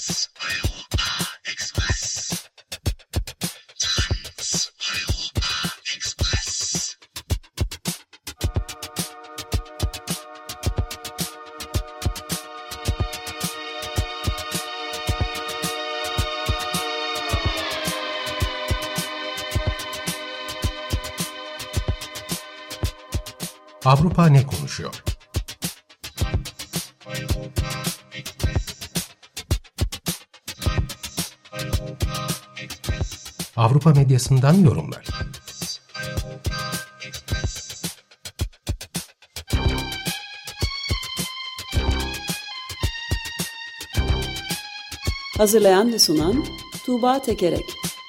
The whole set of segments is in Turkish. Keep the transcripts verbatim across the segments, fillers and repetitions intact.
Avrupa ne konuşuyor? Avrupa medyasından yorumlar. Hazırlayan ve sunan Tuğba Tekerek.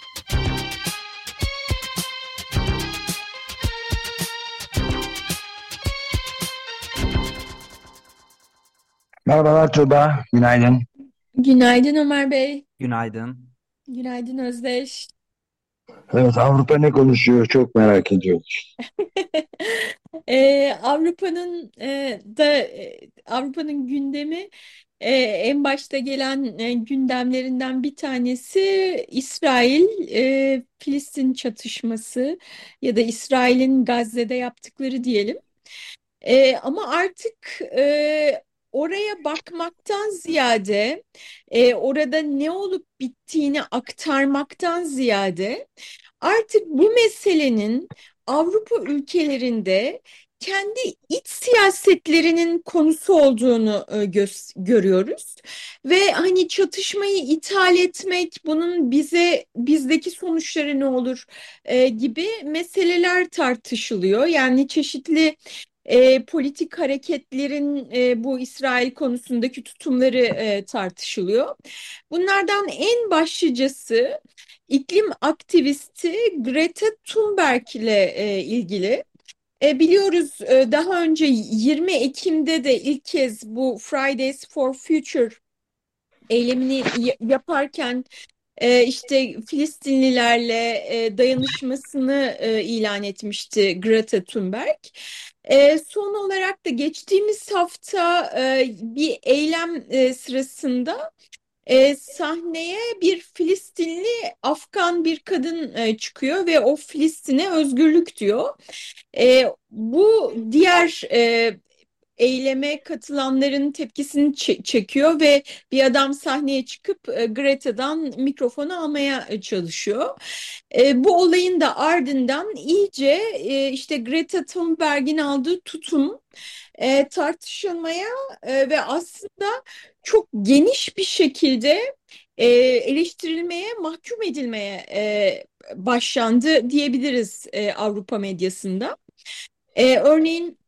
Merhabalar Tuğba, günaydın. Günaydın Ömer Bey. Günaydın. Günaydın Özdeş. Evet, Avrupa ne konuşuyor çok merak ediyoruz. Ee, Avrupa'nın e, da e, Avrupa'nın gündemi e, en başta gelen e, gündemlerinden bir tanesi İsrail e, Filistin çatışması ya da İsrail'in Gazze'de yaptıkları diyelim. E, ama artık e, oraya bakmaktan ziyade e, orada ne olup bittiğini aktarmaktan ziyade artık bu meselenin Avrupa ülkelerinde kendi iç siyasetlerinin konusu olduğunu e, göz- görüyoruz. Ve hani çatışmayı ithal etmek, bunun bize bizdeki sonuçları ne olur e, gibi meseleler tartışılıyor. Yani çeşitli e, politik hareketlerin e, bu İsrail konusundaki tutumları e, tartışılıyor. Bunlardan en başlıcası iklim aktivisti Greta Thunberg ile e, ilgili. E, biliyoruz e, daha önce yirmi Ekim'de de ilk kez bu Fridays for Future eylemini y- yaparken e, işte Filistinlilerle e, dayanışmasını e, ilan etmişti Greta Thunberg. E, son olarak da geçtiğimiz hafta e, bir eylem e, sırasında e, sahneye bir Filistinli Afgan bir kadın e, çıkıyor ve o Filistin'e özgürlük diyor. E, bu diğer e, eyleme katılanların tepkisini ç- çekiyor ve bir adam sahneye çıkıp e, Greta'dan mikrofonu almaya e, çalışıyor. E, bu olayın da ardından iyice e, işte Greta Thunberg'in aldığı tutum e, tartışılmaya e, ve aslında çok geniş bir şekilde e, eleştirilmeye, mahkum edilmeye e, başlandı diyebiliriz e, Avrupa medyasında. E, örneğin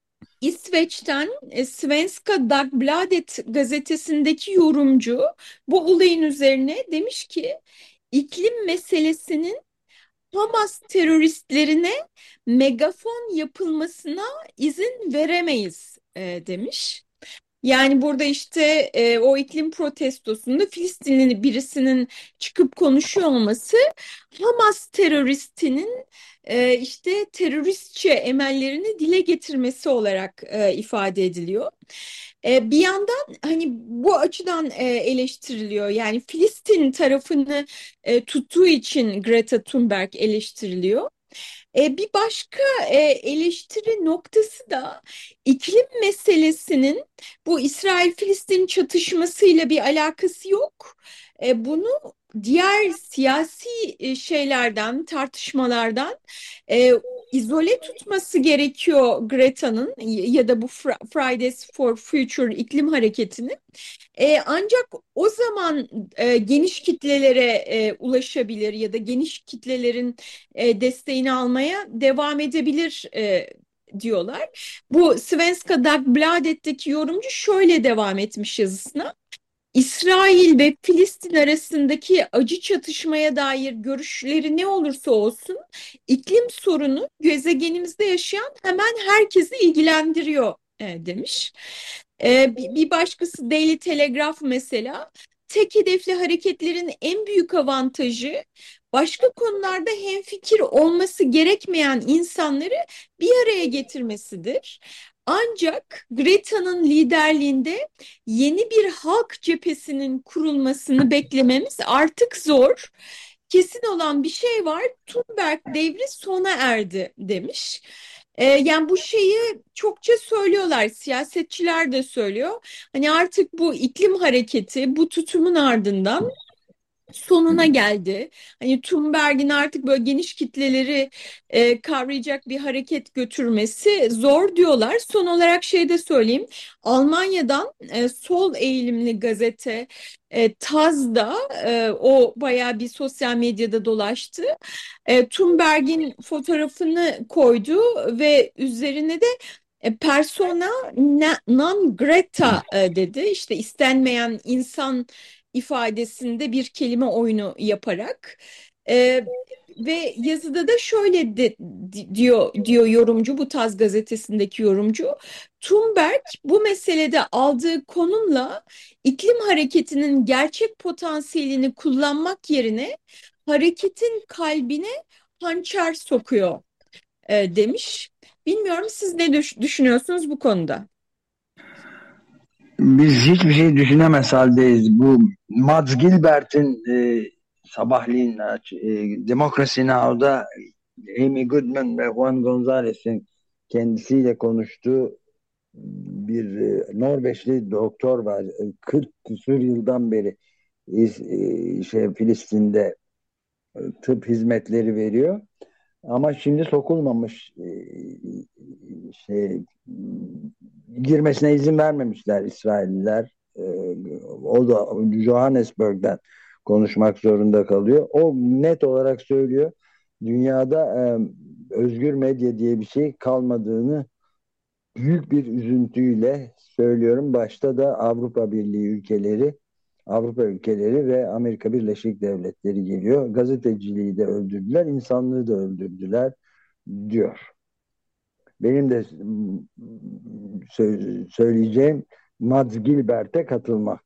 İsveç'ten e, Svenska Dagbladet gazetesindeki yorumcu bu olayın üzerine demiş ki iklim meselesinin Hamas teröristlerine megafon yapılmasına izin veremeyiz e, demiş. Yani burada işte e, o iklim protestosunda Filistinli birisinin çıkıp konuşuyor olması Hamas teröristinin e, işte teröristçe emellerini dile getirmesi olarak e, ifade ediliyor. E, bir yandan hani bu açıdan e, eleştiriliyor. Yani Filistin tarafını e, tuttuğu için Greta Thunberg eleştiriliyor. E, bir başka e, eleştiri noktası da iklim meselesinin bu İsrail-Filistin çatışmasıyla bir alakası yok. E, bunu diğer siyasi e, şeylerden, tartışmalardan e, izole tutması gerekiyor Greta'nın ya da bu Fridays for Future iklim hareketinin. E, ancak o zaman e, geniş kitlelere e, ulaşabilir ya da geniş kitlelerin e, desteğini almaya devam edebilir e, diyorlar. Bu Svenska Dagbladet'teki yorumcu şöyle devam etmiş yazısına. İsrail ve Filistin arasındaki acı çatışmaya dair görüşleri ne olursa olsun iklim sorunu gezegenimizde yaşayan hemen herkesi ilgilendiriyor e, demiş. E, bir, bir başkası Daily Telegraph mesela tek hedefli hareketlerin en büyük avantajı başka konularda hemfikir olması gerekmeyen insanları bir araya getirmesidir. Ancak Greta'nın liderliğinde yeni bir halk cephesinin kurulmasını beklememiz artık zor. Kesin olan bir şey var. Thunberg devri sona erdi demiş. Ee, yani bu şeyi çokça söylüyorlar, siyasetçiler de söylüyor. Hani artık bu iklim hareketi, bu tutumun ardından sonuna geldi. Hani Thunberg'in artık böyle geniş kitleleri e, kavrayacak bir hareket götürmesi zor diyorlar. Son olarak şey de söyleyeyim. Almanya'dan e, sol eğilimli gazete e, Taz'da e, o bayağı bir sosyal medyada dolaştı. E, Thunberg'in fotoğrafını koydu ve üzerine de e, persona na- non grata e, dedi. İşte istenmeyen insan ifadesinde bir kelime oyunu yaparak. E, Ve yazıda da şöyle de, di- diyor diyor yorumcu, bu Taz gazetesindeki yorumcu. Thunberg bu meselede aldığı konumla iklim hareketinin gerçek potansiyelini kullanmak yerine hareketin kalbine hançer sokuyor e, demiş. Bilmiyorum, siz ne düş- düşünüyorsunuz bu konuda? Biz hiçbir şey düşünemez haldeyiz. Bu Mads Gilbert'in e, sabahleyin aç- e, Democracy Now'da Amy Goodman ve Juan Gonzalez'in kendisiyle konuştuğu bir e, Norveçli doktor var. E, kırk küsur yıldan beri İz- e, şey Filistin'de e, tıp hizmetleri veriyor. Ama şimdi sokulmamış, e, şey girmesine izin vermemişler İsrailliler. E, O da Johannesburg'dan konuşmak zorunda kalıyor. O net olarak söylüyor. Dünyada e, özgür medya diye bir şey kalmadığını büyük bir üzüntüyle söylüyorum. Başta da Avrupa Birliği ülkeleri, Avrupa ülkeleri ve Amerika Birleşik Devletleri geliyor. Gazeteciliği de öldürdüler, insanlığı da öldürdüler diyor. Benim de sö- söyleyeceğim Mads Gilbert'e katılmak.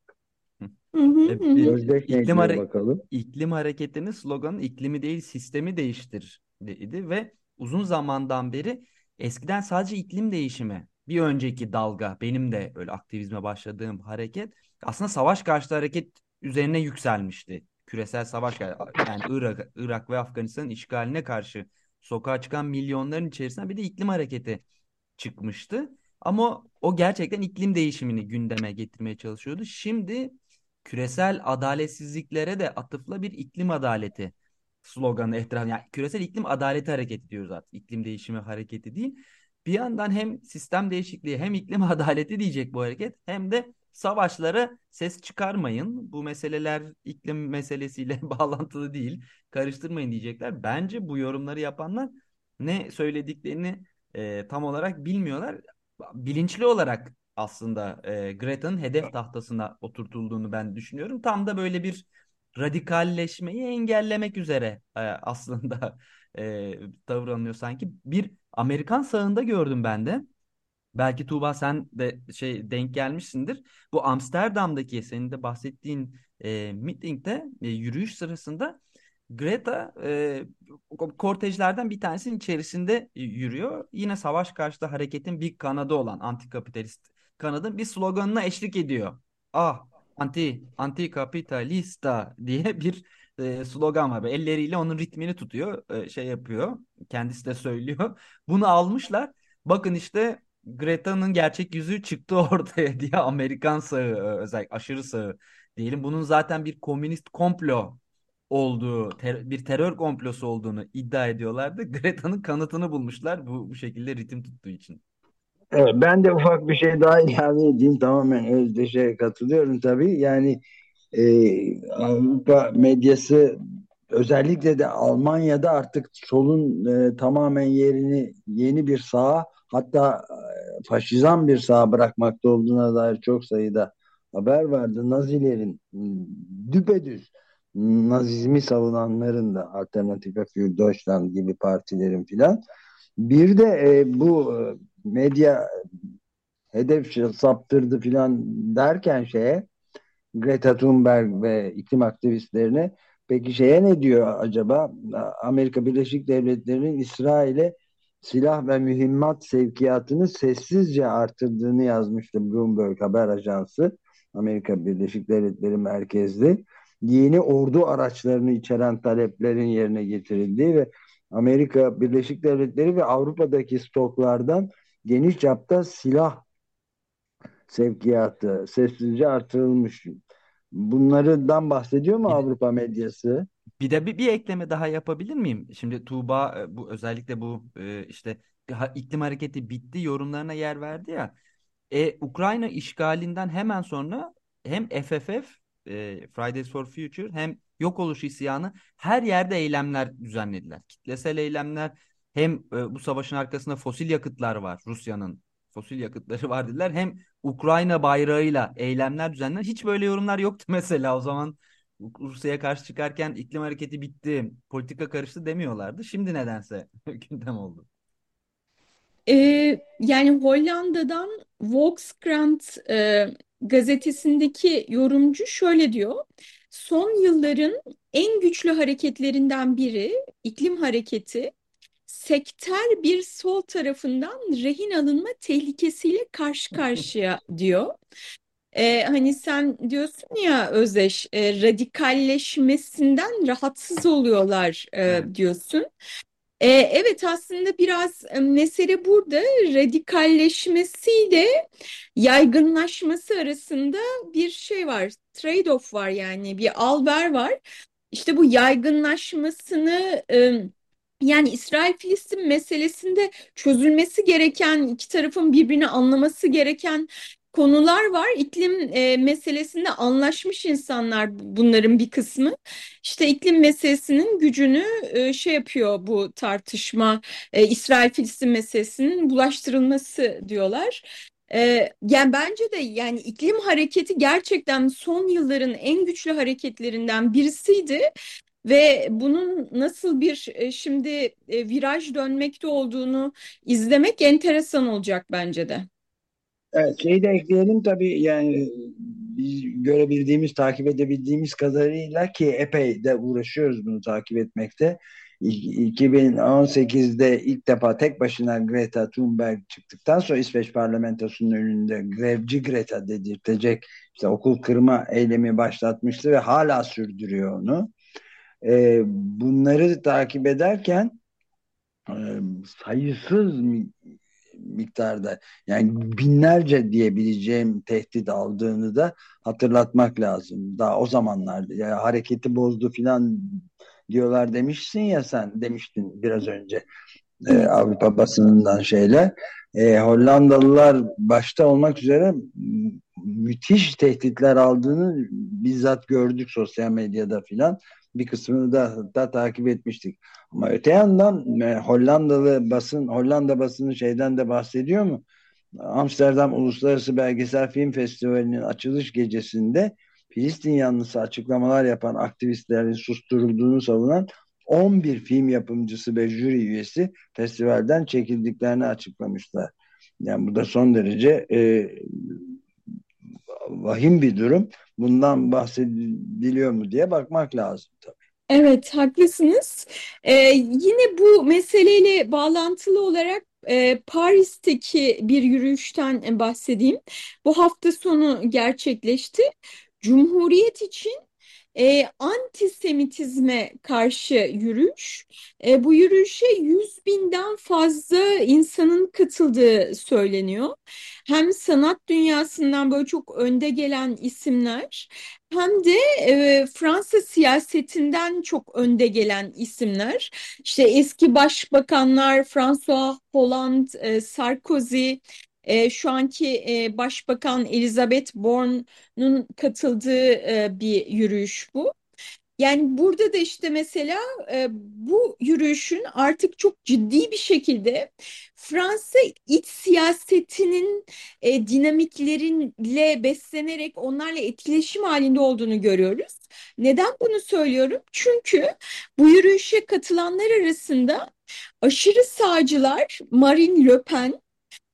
Hı hı E, hı. bir Özdeş ne iklim diyor hare bakalım? iklim hareketinin sloganı iklimi değil sistemi değiştir idi ve uzun zamandan beri eskiden sadece iklim değişimi bir önceki dalga benim de böyle aktivizme başladığım hareket aslında savaş karşıtı hareket üzerine yükselmişti. Küresel savaş yani Irak, Irak ve Afganistan'ın işgaline karşı sokağa çıkan milyonların içerisinde bir de iklim hareketi çıkmıştı. Ama o gerçekten iklim değişimini gündeme getirmeye çalışıyordu. Şimdi küresel adaletsizliklere de atıfla bir iklim adaleti sloganı etrafı. Yani küresel iklim adaleti hareketi diyoruz artık. İklim değişimi hareketi değil. Bir yandan hem sistem değişikliği hem iklim adaleti diyecek bu hareket hem de savaşlara ses çıkarmayın. Bu meseleler iklim meselesiyle bağlantılı değil. Karıştırmayın diyecekler. Bence bu yorumları yapanlar ne söylediklerini e, tam olarak bilmiyorlar. Bilinçli olarak aslında e, Greta'nın hedef tahtasına oturtulduğunu ben düşünüyorum. Tam da böyle bir radikalleşmeyi engellemek üzere e, aslında e, tavır alınıyor sanki. Bir Amerikan sağında gördüm ben de. Belki Tuğba sen de şey denk gelmişsindir. Bu Amsterdam'daki senin de bahsettiğin e, mitingde e, yürüyüş sırasında Greta e, kortejlerden bir tanesinin içerisinde yürüyor. Yine savaş karşıtı hareketin bir kanadı olan antikapitalist kanadın bir sloganına eşlik ediyor. Ah, anti anti kapitalista diye bir e, slogan var. Böyle elleriyle onun ritmini tutuyor, e, şey yapıyor. Kendisi de söylüyor. Bunu almışlar. Bakın işte Greta'nın gerçek yüzü çıktı ortaya diye Amerikan sağı, e, özellikle aşırı sağı diyelim. Bunun zaten bir komünist komplo olduğu, ter- bir terör komplosu olduğunu iddia ediyorlardı. Greta'nın kanıtını bulmuşlar bu, bu şekilde ritim tuttuğu için. Evet, ben de ufak bir şey daha ilave edeyim. Tamamen Özdeş'e katılıyorum tabii. Yani e, Avrupa medyası özellikle de Almanya'da artık solun e, tamamen yerini yeni bir sağa, hatta e, faşizan bir sağa bırakmakta olduğuna dair çok sayıda haber vardı. Nazilerin m, düpedüz Nazizmi savunanların da Alternative für Deutschland gibi partilerin filan. Bir de e, bu e, medya hedef saptırdı filan derken şeye, Greta Thunberg ve iklim aktivistlerine, peki şeye ne diyor acaba? Amerika Birleşik Devletleri'nin İsrail'e silah ve mühimmat sevkiyatını sessizce artırdığını yazmıştı Bloomberg haber ajansı. Amerika Birleşik Devletleri merkezli. Yeni ordu araçlarını içeren taleplerin yerine getirildiği ve Amerika Birleşik Devletleri ve Avrupa'daki stoklardan geniş çapta silah sevkiyatı sessizce artırılmış. Bunlardan bahsediyor mu Bir de, Avrupa medyası? bir de bir, bir ekleme daha yapabilir miyim? Şimdi Tuğba e, bu özellikle bu e, işte ha- iklim hareketi bitti yorumlarına yer verdi ya. E, Ukrayna işgalinden hemen sonra hem F F F, e, Fridays for Future, hem Yok Oluş isyanı her yerde eylemler düzenlediler. Kitlesel eylemler, hem e, bu savaşın arkasında fosil yakıtlar var. Rusya'nın fosil yakıtları var dediler. Hem Ukrayna bayrağıyla eylemler düzenlediler. Hiç böyle yorumlar yoktu mesela o zaman. Rusya'ya karşı çıkarken iklim hareketi bitti, politika karıştı demiyorlardı. Şimdi nedense gündem oldu. Ee, yani Hollanda'dan Volkskrant e, gazetesindeki yorumcu şöyle diyor. Son yılların en güçlü hareketlerinden biri iklim hareketi sektör bir sol tarafından rehin alınma tehlikesiyle karşı karşıya diyor. Ee, hani sen diyorsun ya Özdeş, e, radikalleşmesinden rahatsız oluyorlar e, Evet. diyorsun. Ee, evet aslında biraz e, mesele burada radikalleşmesiyle yaygınlaşması arasında bir şey var. Trade-off var yani bir al-ver var. İşte bu yaygınlaşmasını e, yani İsrail-Filistin meselesinde çözülmesi gereken iki tarafın birbirini anlaması gereken konular var. İklim e, meselesinde anlaşmış insanlar bunların bir kısmı. İşte iklim meselesinin gücünü e, şey yapıyor bu tartışma e, İsrail-Filistin meselesinin bulaştırılması diyorlar. E, yani bence de yani iklim hareketi gerçekten son yılların en güçlü hareketlerinden birisiydi. Ve bunun nasıl bir e, şimdi e, viraj dönmekte olduğunu izlemek enteresan olacak bence de. Evet, şeyi de ekleyelim tabii yani biz görebildiğimiz, takip edebildiğimiz kadarıyla ki epey de uğraşıyoruz bunu takip etmekte. İ- iki bin on sekizde ilk defa tek başına Greta Thunberg çıktıktan sonra İsveç parlamentosunun önünde grevci Greta dedirtecek işte okul kırma eylemi başlatmıştı ve hala sürdürüyor onu. Ee, bunları takip ederken e, sayısız mi- miktarda yani binlerce diyebileceğim tehdit aldığını da hatırlatmak lazım. Daha o zamanlarda ya hareketi bozdu filan diyorlar demişsin ya sen demiştin biraz önce e, Evet. Avrupa basınından şeyler. E, Hollandalılar başta olmak üzere m- müthiş tehditler aldığını bizzat gördük sosyal medyada filan. Bir kısmını da, da takip etmiştik. Ama öte yandan e, Hollandalı basın, Hollanda basını şeyden de bahsediyor mu? Amsterdam Uluslararası Belgesel Film Festivali'nin açılış gecesinde Filistin yanlısı açıklamalar yapan aktivistlerin susturulduğunu savunan on bir film yapımcısı ve jüri üyesi festivalden çekildiklerini açıklamışlar. Yani bu da son derece e, vahim bir durum. Bundan bahsediliyor mu diye bakmak lazım tabii. Evet, haklısınız. Ee, yine bu meseleyle bağlantılı olarak e, Paris'teki bir yürüyüşten e, bahsedeyim. Bu hafta sonu gerçekleşti. Cumhuriyet için e, antisemitizme karşı yürüyüş. E, bu yürüyüşe yüz binden fazla insanın katıldığı söyleniyor. Hem sanat dünyasından böyle çok önde gelen isimler, hem de e, Fransa siyasetinden çok önde gelen isimler. İşte eski başbakanlar François Hollande, e, Sarkozy, e, şu anki e, Başbakan Elizabeth Borne'un katıldığı e, bir yürüyüş bu. Yani burada da işte mesela e, bu yürüyüşün artık çok ciddi bir şekilde Fransa iç siyasetinin e, dinamikleriyle beslenerek onlarla etkileşim halinde olduğunu görüyoruz. Neden bunu söylüyorum? Çünkü bu yürüyüşe katılanlar arasında aşırı sağcılar Marine Le Pen,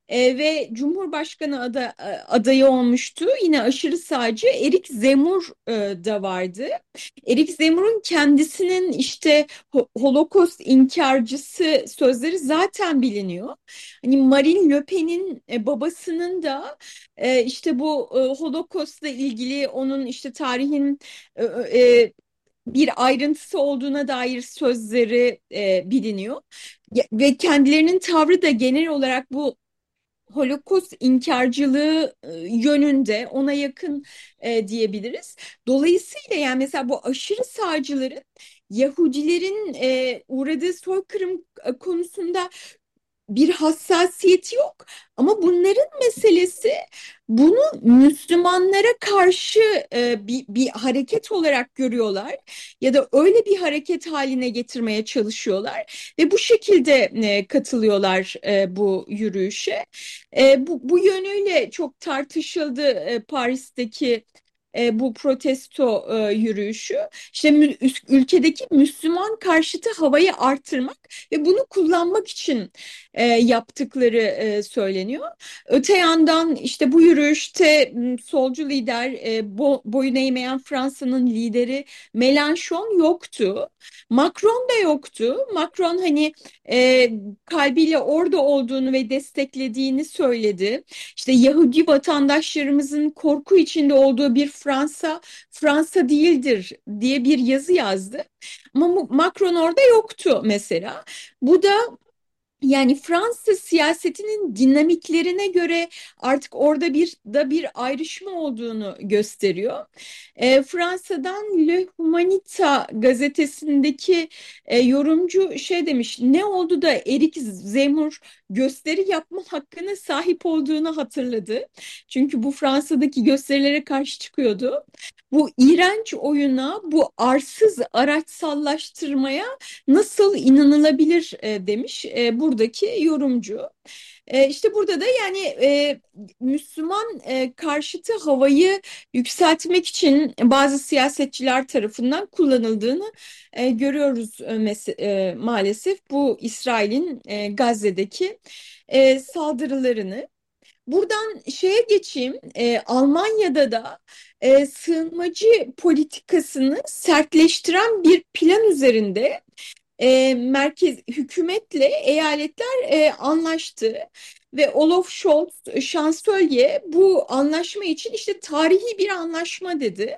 E, ve Cumhurbaşkanı ada- adayı olmuştu. Yine aşırı sağcı Erik Zemmour e, da vardı. Erik Zemmour'un kendisinin işte Ho- Holocaust inkarcısı sözleri zaten biliniyor. Hani Marine Le Pen'in e, babasının da e, işte bu e, Holocaust'la ilgili onun işte tarihin e, e, bir ayrıntısı olduğuna dair sözleri e, biliniyor. Ya- Ve kendilerinin tavrı da genel olarak bu Holocaust inkarcılığı e, yönünde ona yakın e, diyebiliriz. Dolayısıyla yani mesela bu aşırı sağcıların Yahudilerin e, uğradığı soykırım e, konusunda bir hassasiyeti yok. Ama bunların meselesi bunu Müslümanlara karşı e, bir, bir hareket olarak görüyorlar ya da öyle bir hareket haline getirmeye çalışıyorlar ve bu şekilde e, katılıyorlar e, bu yürüyüşe. E, bu, bu yönüyle çok tartışıldı e, Paris'teki e, bu protesto e, yürüyüşü. İşte mü- ülkedeki Müslüman karşıtı havayı artırmak ve bunu kullanmak için e, yaptıkları e, söyleniyor. Öte yandan işte bu yürüyüşte m, solcu lider e, bo, boyun eğmeyen Fransa'nın lideri Mélenchon yoktu. Macron da yoktu. Macron hani e, kalbiyle orada olduğunu ve desteklediğini söyledi. İşte Yahudi vatandaşlarımızın korku içinde olduğu bir Fransa, Fransa değildir diye bir yazı yazdı. Ama bu- Macron orada yoktu mesela. Bu da yani Fransa siyasetinin dinamiklerine göre artık orada bir da bir ayrışma olduğunu gösteriyor. E, Fransa'dan Le Humanita gazetesindeki e, yorumcu şey demiş, ne oldu da Erik Zemmour gösteri yapma hakkına sahip olduğunu hatırladı. Çünkü bu Fransa'daki gösterilere karşı çıkıyordu. Bu iğrenç oyuna, bu arsız araçsallaştırmaya nasıl inanılabilir e, demiş e, buradaki yorumcu. E, işte burada da yani e, Müslüman e, karşıtı havayı yükseltmek için bazı siyasetçiler tarafından kullanıldığını e, görüyoruz e, mes- e, maalesef bu İsrail'in e, Gazze'deki e, saldırılarını. Buradan şeye geçeyim. E, Almanya'da da e, sığınmacı politikasını sertleştiren bir plan üzerinde e, merkez hükümetle eyaletler e, anlaştı ve Olaf Scholz şansölye bu anlaşma için işte tarihi bir anlaşma dedi.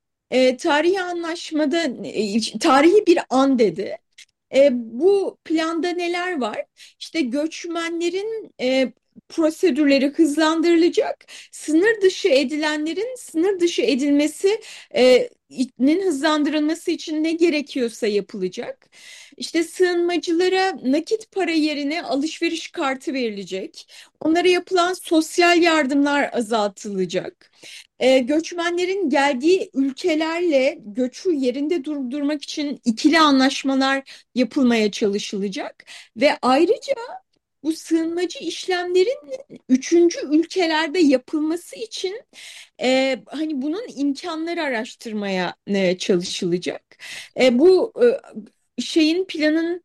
E, tarihi anlaşmada e, tarihi bir an dedi. E, bu planda neler var? İşte göçmenlerin e, prosedürleri hızlandırılacak. Sınır dışı edilenlerin sınır dışı edilmesi e, nin hızlandırılması için ne gerekiyorsa yapılacak. İşte sığınmacılara nakit para yerine alışveriş kartı verilecek. Onlara yapılan sosyal yardımlar azaltılacak. E, göçmenlerin geldiği ülkelerle göçü yerinde durdurmak için ikili anlaşmalar yapılmaya çalışılacak ve ayrıca bu sığınmacı işlemlerin üçüncü ülkelerde yapılması için e, hani bunun imkanları araştırmaya e, çalışılacak. E, bu e, şeyin planın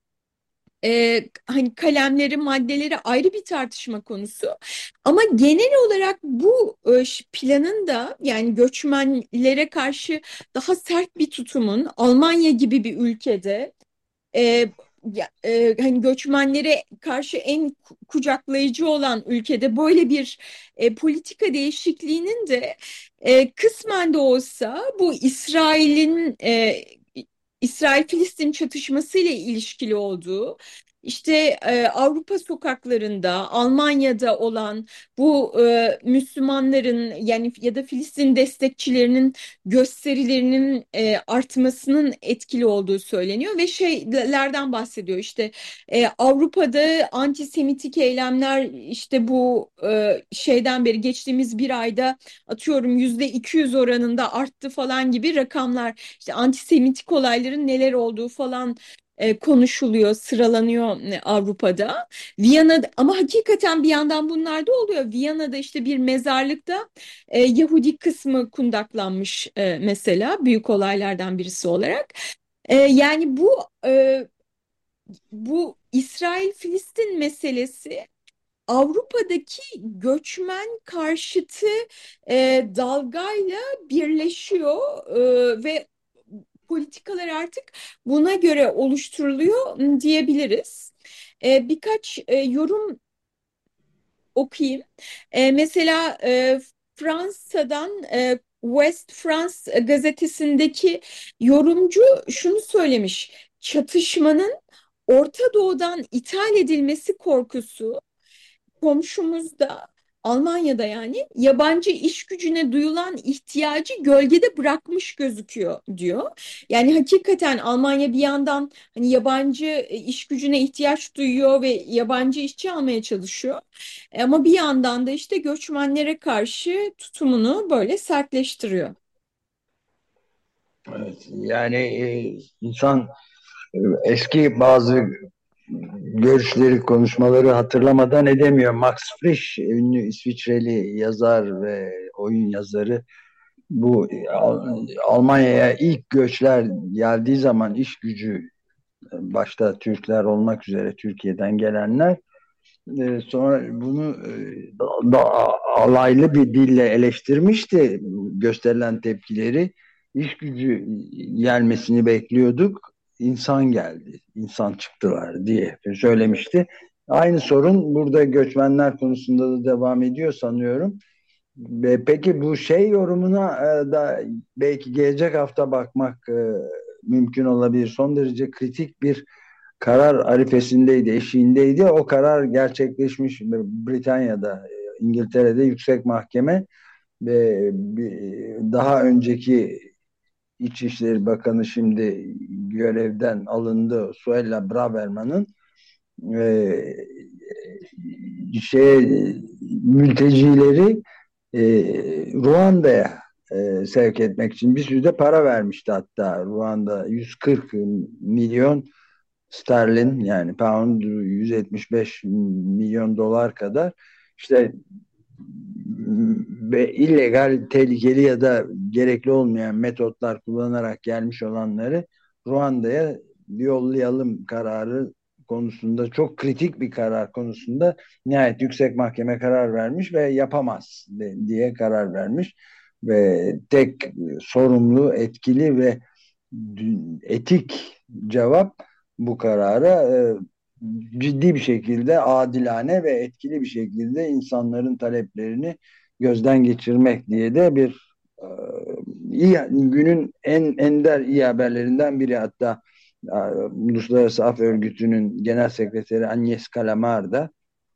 e, hani kalemleri, maddeleri ayrı bir tartışma konusu. Ama genel olarak bu e, planın da yani göçmenlere karşı daha sert bir tutumun Almanya gibi bir ülkede e, ya, e, hani göçmenlere karşı en kucaklayıcı olan ülkede böyle bir e, politika değişikliğinin de e, kısmen de olsa bu İsrail'in e, İsrail-Filistin çatışması ile ilişkili olduğu, işte e, Avrupa sokaklarında, Almanya'da olan bu e, Müslümanların yani ya da Filistin destekçilerinin gösterilerinin e, artmasının etkili olduğu söyleniyor ve şeylerden bahsediyor. İşte e, Avrupa'da antisemitik eylemler işte bu e, şeyden beri geçtiğimiz bir ayda atıyorum yüzde iki yüz oranında arttı falan gibi rakamlar. İşte antisemitik olayların neler olduğu falan e, konuşuluyor, sıralanıyor e, Avrupa'da. Viyana ama hakikaten bir yandan bunlar da oluyor. Viyana'da işte bir mezarlıkta e, Yahudi kısmı kundaklanmış e, mesela büyük olaylardan birisi olarak. E, yani bu e, bu İsrail-Filistin meselesi Avrupa'daki göçmen karşıtı e, dalgayla birleşiyor e, ve politikalar artık buna göre oluşturuluyor m, diyebiliriz. E, birkaç e, yorum okuyayım. E, mesela e, Fransa'dan e, West France gazetesindeki yorumcu şunu söylemiş: çatışmanın Orta Doğu'dan ithal edilmesi korkusu komşumuzda, Almanya'da yani, yabancı iş gücüne duyulan ihtiyacı gölgede bırakmış gözüküyor diyor. Yani hakikaten Almanya bir yandan hani yabancı e, iş gücüne ihtiyaç duyuyor ve yabancı işçi almaya çalışıyor. E, Ama bir yandan da işte göçmenlere karşı tutumunu böyle sertleştiriyor. Evet, yani e, insan e, eski bazı görüşleri, konuşmaları hatırlamadan edemiyor. Max Frisch, ünlü İsviçreli yazar ve oyun yazarı, bu Al- Almanya'ya ilk göçler geldiği zaman iş gücü, başta Türkler olmak üzere Türkiye'den gelenler, e, sonra bunu e, da, alaylı bir dille eleştirmişti, gösterilen tepkileri. İş gücü gelmesini bekliyorduk. İnsan geldi, insan çıktılar diye söylemişti. Aynı sorun burada göçmenler konusunda da devam ediyor sanıyorum. Ve peki bu şey yorumuna e, da belki gelecek hafta bakmak e, mümkün olabilir. Son derece kritik bir karar arifesindeydi, eşiğindeydi. O karar gerçekleşmiş Britanya'da, e, İngiltere'de Yüksek Mahkeme ve bir- daha önceki İçişleri Bakanı, şimdi görevden alındı, Suella Braverman'ın e, şey mültecileri e, Ruanda'ya e, sevk etmek için bir sürü de para vermişti. Hatta Ruanda yüz kırk milyon sterlin, yani pound, yüz yetmiş beş milyon dolar kadar, işte ve illegal, tehlikeli ya da gerekli olmayan metotlar kullanarak gelmiş olanları Ruanda'ya yollayalım kararı konusunda, çok kritik bir karar konusunda nihayet Yüksek Mahkeme karar vermiş ve yapamaz de- diye karar vermiş ve tek sorumlu, etkili ve etik cevap bu karara e, ciddi bir şekilde, adilane ve etkili bir şekilde insanların taleplerini gözden geçirmek diye de bir e, iyi, günün en ender iyi haberlerinden biri. Hatta e, Uluslararası Af Örgütü'nün Genel Sekreteri Agnes Kalamar da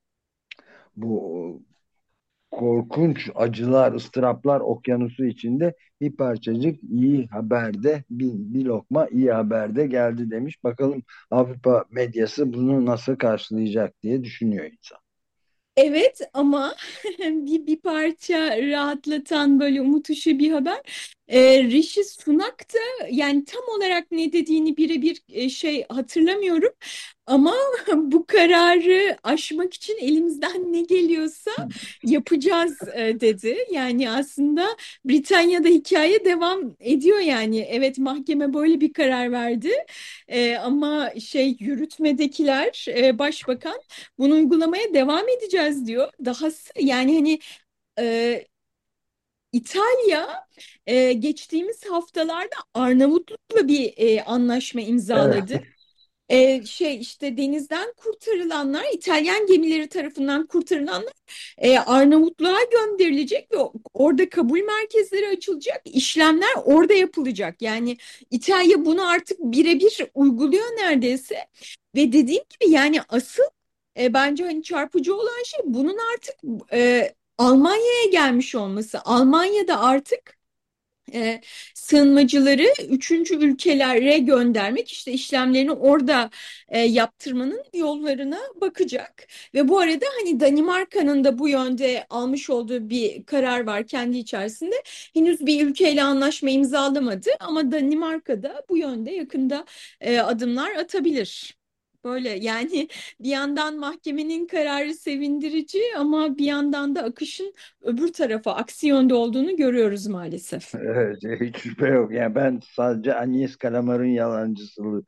bu korkunç acılar, ıstıraplar okyanusu içinde bir parçacık iyi haberde, bir, bir lokma iyi haberde geldi demiş. Bakalım Avrupa medyası bunu nasıl karşılayacak diye düşünüyor insan. Evet ama bir, bir parça rahatlatan böyle umut ışığı bir haber. Ee, Rishi Sunak da yani tam olarak ne dediğini birebir e, şey hatırlamıyorum. Ama bu kararı aşmak için elimizden ne geliyorsa yapacağız e, dedi. Yani aslında Britanya'da hikaye devam ediyor yani. Evet, mahkeme böyle bir karar verdi. E, ama şey yürütmedekiler, e, başbakan, bunu uygulamaya devam edeceğiz diyor. Dahası yani hani e, İtalya e, geçtiğimiz haftalarda Arnavutluk'la bir e, anlaşma Evet. imzaladı. E, şey işte denizden kurtarılanlar, İtalyan gemileri tarafından kurtarılanlar e, Arnavutluğa gönderilecek ve orada kabul merkezleri açılacak, işlemler orada yapılacak. Yani İtalya bunu artık birebir uyguluyor neredeyse ve dediğim gibi yani asıl e, bence hani çarpıcı olan şey bunun artık e, Almanya'ya gelmiş olması. Almanya'da artık e, sığınmacıları üçüncü ülkelere göndermek, işte işlemlerini orada e, yaptırmanın yollarına bakacak. Ve bu arada hani Danimarka'nın da bu yönde almış olduğu bir karar var kendi içerisinde. Henüz bir ülkeyle anlaşma imzalamadı ama Danimarka da bu yönde yakında e, adımlar atabilir. Böyle yani bir yandan mahkemenin kararı sevindirici ama bir yandan da akışın öbür tarafa, aksi yönde olduğunu görüyoruz maalesef. Evet, hiç şüphe yok. Yani ben sadece Agnes Kalamar'ın yalancısı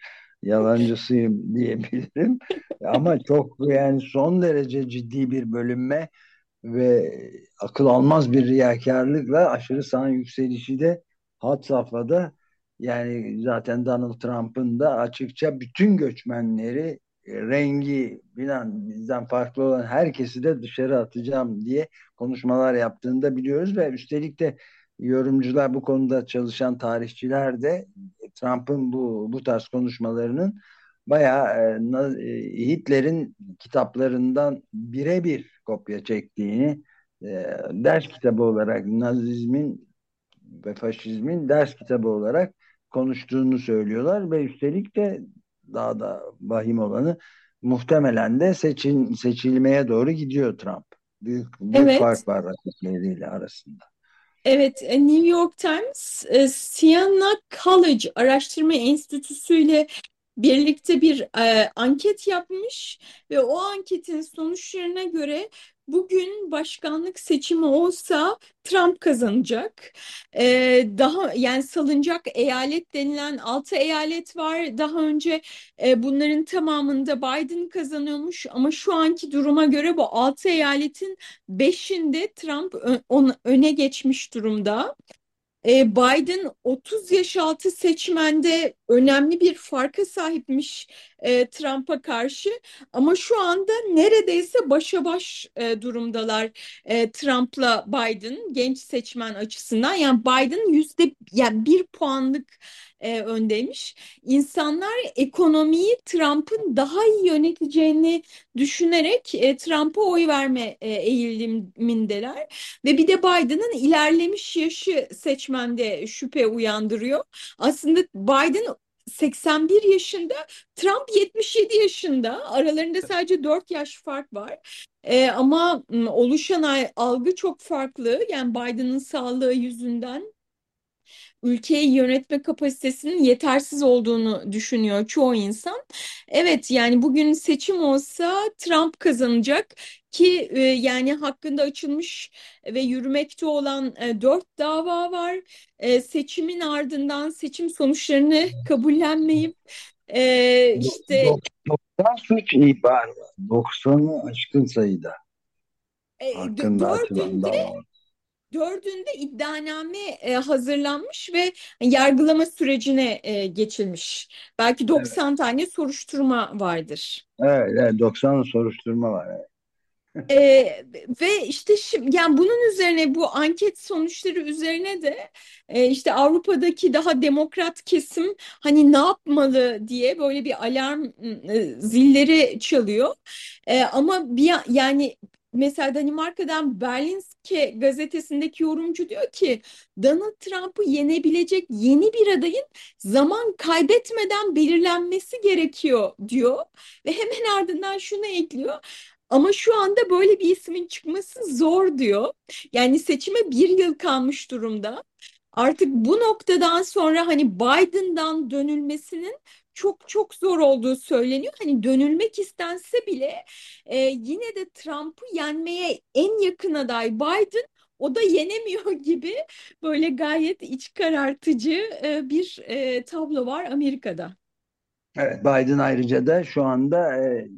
yalancısıyım diyebilirim. Ama çok yani son derece ciddi bir bölünme ve akıl almaz bir riyakarlıkla aşırı sağ yükselişi de had safhada. Yani zaten Donald Trump'ın da açıkça bütün göçmenleri, e, rengi bilen bizden farklı olan herkesi de dışarı atacağım diye konuşmalar yaptığını da biliyoruz ve üstelik de yorumcular, bu konuda çalışan tarihçiler de Trump'ın bu bu tarz konuşmalarının bayağı e, Na- e, Hitler'in kitaplarından birebir kopya çektiğini, e, ders kitabı olarak Nazizmin ve faşizmin ders kitabı olarak konuştuğunu söylüyorlar ve üstelik de daha da vahim olanı, muhtemelen de seçil, seçilmeye doğru gidiyor Trump. Büyük büyük Evet. fark var rakipleriyle arasında. Evet, e, New York Times, e, Siena College Araştırma Enstitüsü ile birlikte bir e, anket yapmış ve o anketin sonuçlarına göre bugün başkanlık seçimi olsa Trump kazanacak. E, daha yani salınacak eyalet denilen altı eyalet var. Daha önce e, bunların tamamında Biden kazanıyormuş ama şu anki duruma göre bu altı eyaletin beşinde Trump ö- ona- öne geçmiş durumda. E, Biden otuz yaş altı seçmende önemli bir farka sahipmiş e, Trump'a karşı ama şu anda neredeyse başa baş e, durumdalar e, Trump'la Biden genç seçmen açısından. Yani Biden yüzde yani bir puanlık e, öndeymiş. İnsanlar ekonomiyi Trump'ın daha iyi yöneteceğini düşünerek e, Trump'a oy verme e, eğilimindeler. Ve bir de Biden'ın ilerlemiş yaşı seçmende şüphe uyandırıyor. Aslında Biden seksen bir yaşında, Trump yetmiş yedi yaşında. Aralarında sadece dört yaş fark var. Ee, ama m, oluşan ay- algı çok farklı. Yani Biden'ın sağlığı yüzünden ülkeyi yönetme kapasitesinin yetersiz olduğunu düşünüyor çoğu insan. Evet yani bugün seçim olsa Trump kazanacak ki e, yani hakkında açılmış ve yürümekte olan e, dört dava var. E, seçimin ardından seçim sonuçlarını kabullenmeyip e, Do- işte do- doksan suç ihbarı var. doksanı aşkın sayıda e, dö- hakkında açılan dördünde dava. Dördünde iddianame e, hazırlanmış ve yargılama sürecine e, geçilmiş. Belki Evet. doksan tane soruşturma vardır. Evet, evet, doksan soruşturma var. Evet. Ee, ve işte şimdi yani bunun üzerine bu anket sonuçları üzerine de e, işte Avrupa'daki daha demokrat kesim hani ne yapmalı diye böyle bir alarm e, zilleri çalıyor. E, ama bir yani mesela Danimarka'dan Berlingske gazetesindeki yorumcu diyor ki Donald Trump'ı yenebilecek yeni bir adayın zaman kaybetmeden belirlenmesi gerekiyor diyor ve hemen ardından şunu ekliyor. Ama şu anda böyle bir ismin çıkması zor diyor. Yani seçime bir yıl kalmış durumda. Artık bu noktadan sonra hani Biden'dan dönülmesinin çok çok zor olduğu söyleniyor. Hani dönülmek istense bile e, yine de Trump'ı yenmeye en yakın aday Biden. O da yenemiyor gibi böyle gayet iç karartıcı e, bir e, tablo var Amerika'da. Evet, Biden ayrıca da şu anda e,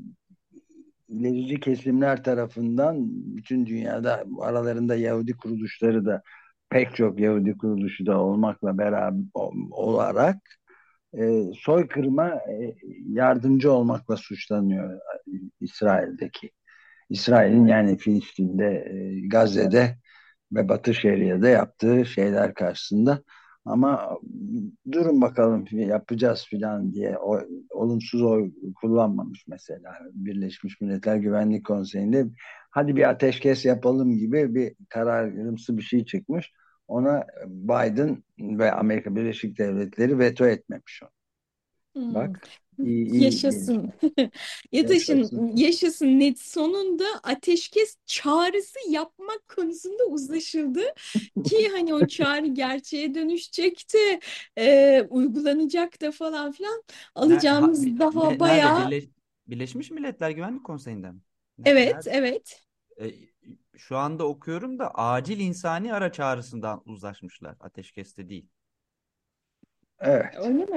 ilerici kesimler tarafından bütün dünyada, aralarında Yahudi kuruluşları da, pek çok Yahudi kuruluşu da olmakla beraber olarak e, soykırıma e, yardımcı olmakla suçlanıyor e, İsrail'deki. İsrail'in yani Filistin'de, e, Gazze'de ve Batı Şeria'da yaptığı şeyler karşısında. Ama durun bakalım yapacağız filan diye o, olumsuz oy kullanmamış mesela Birleşmiş Milletler Güvenlik Konseyi'nde. Hadi bir ateşkes yapalım gibi bir kararımsı bir şey çıkmış. Ona Biden ve Amerika Birleşik Devletleri veto etmemiş onu. Hmm. Bak, iyi, iyi Yaşasın. gelişme. Yaşasın. Yaşasın, yaşasın net sonunda ateşkes çağrısı yapmak konusunda uzlaşıldı ki hani o çağrı gerçeğe dönüşecek de e, uygulanacak da falan filan Ne, ha- bi- alacağımız daha ne- nerede? bayağı Birleş, Birleşmiş Milletler Güvenlik Konseyi'nde mi? Ne, evet nerede? evet E, Şu anda okuyorum da acil insani ara çağrısından uzlaşmışlar. Ateşkeste değil. Evet. öyle mi?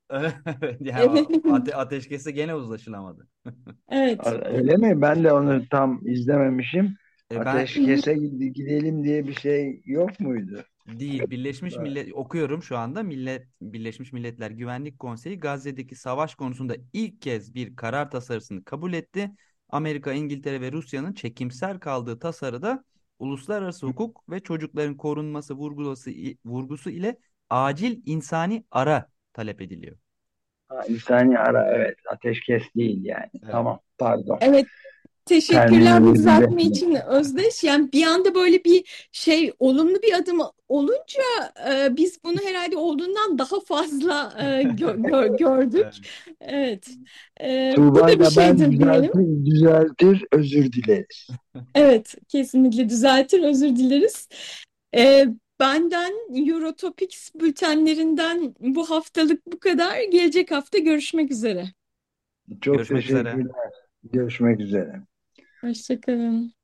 Evet, yani Evet. o ate ateşkese gene uzlaşılamadı. Evet. Öyle mi? Ben de onu tam izlememişim. E ben Ateşkese gide- gidelim diye bir şey yok muydu? değil, Birleşmiş Millet okuyorum şu anda. Millet Birleşmiş Milletler Güvenlik Konseyi Gazze'deki savaş konusunda ilk kez bir karar tasarısını kabul etti. Amerika, İngiltere ve Rusya'nın çekimser kaldığı tasarıda uluslararası hukuk ve çocukların korunması vurgusu, vurgusu ile acil insani ara talep ediliyor. Ha, insani ara, evet. Ateşkes değil yani. Evet. Tamam, pardon. Evet. Teşekkürler bu Terminoloji düzeltme de. için Özdeş. Yani bir anda böyle bir şey olumlu bir adım olunca e, biz bunu herhalde olduğundan daha fazla e, gö- gö- Evet. gördük. Evet. E, bu Tuğba da bir ile ben şeydir diyelim. düzeltir, düzeltir, özür dileriz. Evet, kesinlikle düzeltir, özür dileriz. E, Benden Eurotopics bültenlerinden bu haftalık bu kadar. Gelecek hafta görüşmek üzere. Çok Görüşmek üzere. teşekkürler. Görüşmek üzere. Hoşça kalın.